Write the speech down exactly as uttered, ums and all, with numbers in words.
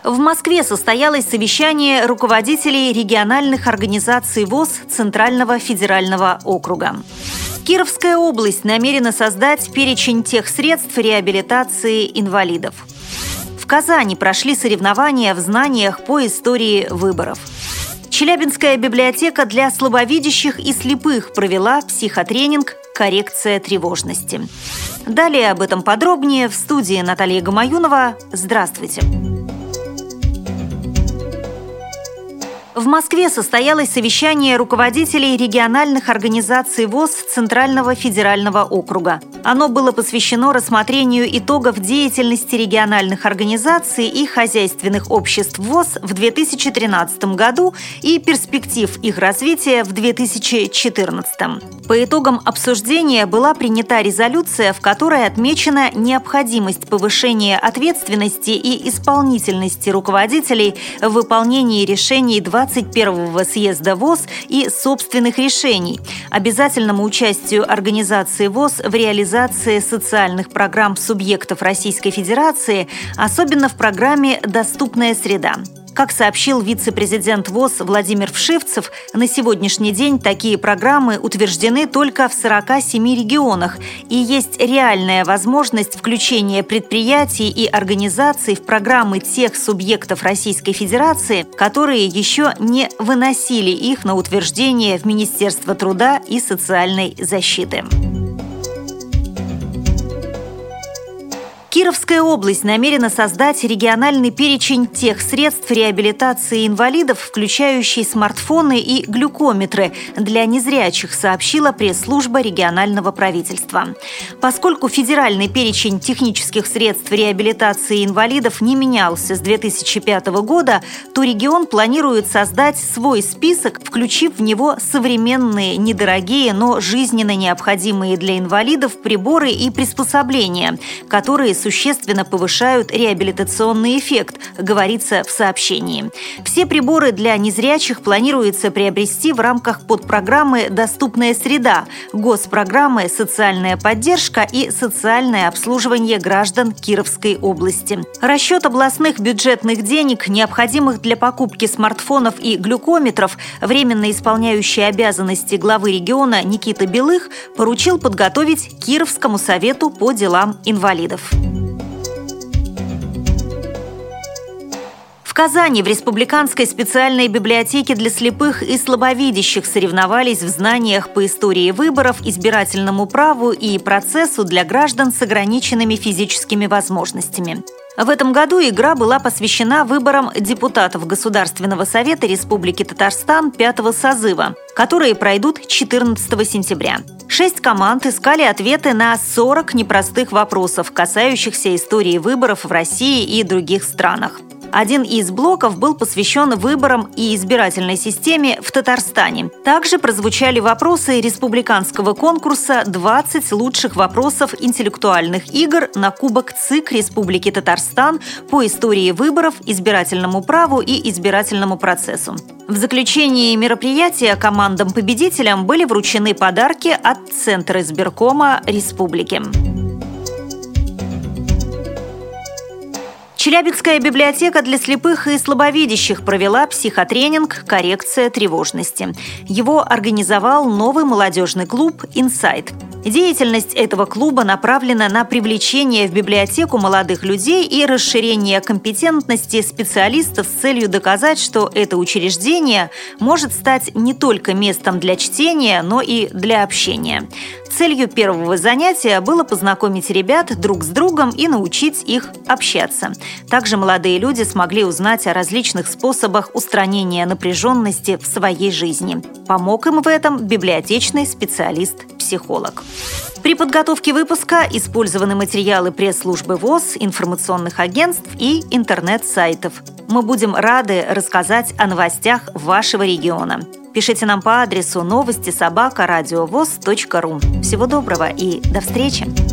В Москве состоялось совещание руководителей региональных организаций ВОС Центрального федерального округа. Кировская область намерена создать перечень тех средств реабилитации инвалидов. В Казани прошли соревнования в знаниях по истории выборов. Челябинская библиотека для слабовидящих и слепых провела психотренинг «Коррекция тревожности». Далее об этом подробнее в студии Наталья Гамаюнова. Здравствуйте! В Москве состоялось совещание руководителей региональных организаций ВОС Центрального федерального округа. Оно было посвящено рассмотрению итогов деятельности региональных организаций и хозяйственных обществ ВОС в две тысячи тринадцатом году и перспектив их развития в две тысячи четырнадцатом. По итогам обсуждения была принята резолюция, в которой отмечена необходимость повышения ответственности и исполнительности руководителей в выполнении решений двадцать первого съезда ВОС и собственных решений, обязательному участию организации ВОС в реализации социальных программ субъектов Российской Федерации, особенно в программе «Доступная среда». Как сообщил вице-президент ВОС Владимир Вшивцев, на сегодняшний день такие программы утверждены только в сорока семи регионах, и есть реальная возможность включения предприятий и организаций в программы тех субъектов Российской Федерации, которые еще не выносили их на утверждение в Министерство труда и социальной защиты. Кировская область намерена создать региональный перечень тех средств реабилитации инвалидов, включающий смартфоны и глюкометры для незрячих, сообщила пресс-служба регионального правительства. Поскольку федеральный перечень технических средств реабилитации инвалидов не менялся с две тысячи пятого года, то регион планирует создать свой список, включив в него современные, недорогие, но жизненно необходимые для инвалидов приборы и приспособления, которые существенно повышают реабилитационный эффект, говорится в сообщении. Все приборы для незрячих планируется приобрести в рамках подпрограммы «Доступная среда», госпрограммы «Социальная поддержка» и «Социальное обслуживание граждан Кировской области». Расчет областных бюджетных денег, необходимых для покупки смартфонов и глюкометров, временно исполняющий обязанности главы региона Никита Белых поручил подготовить Кировскому совету по делам инвалидов. В Казани в Республиканской специальной библиотеке для слепых и слабовидящих соревновались в знаниях по истории выборов, избирательному праву и процессу для граждан с ограниченными физическими возможностями. В этом году игра была посвящена выборам депутатов Государственного совета Республики Татарстан пятого созыва, которые пройдут четырнадцатого сентября. Шесть команд искали ответы на сорок непростых вопросов, касающихся истории выборов в России и других странах. Один из блоков был посвящен выборам и избирательной системе в Татарстане. Также прозвучали вопросы республиканского конкурса «двадцать лучших вопросов интеллектуальных игр» на Кубок ЦИК Республики Татарстан по истории выборов, избирательному праву и избирательному процессу. В заключении мероприятия командам-победителям были вручены подарки от Центра избиркома Республики. Челябинская библиотека для слепых и слабовидящих провела психотренинг «Коррекция тревожности». Его организовал новый молодежный клуб «Инсайт». Деятельность этого клуба направлена на привлечение в библиотеку молодых людей и расширение компетентности специалистов с целью доказать, что это учреждение может стать не только местом для чтения, но и для общения. Целью первого занятия было познакомить ребят друг с другом и научить их общаться. Также молодые люди смогли узнать о различных способах устранения напряженности в своей жизни. Помог им в этом библиотечный специалист-психолог. При подготовке выпуска использованы материалы пресс-службы ВОС, информационных агентств и интернет-сайтов. Мы будем рады рассказать о новостях вашего региона. Пишите нам по адресу новости собака радиовос точка ру. Всего доброго и до встречи!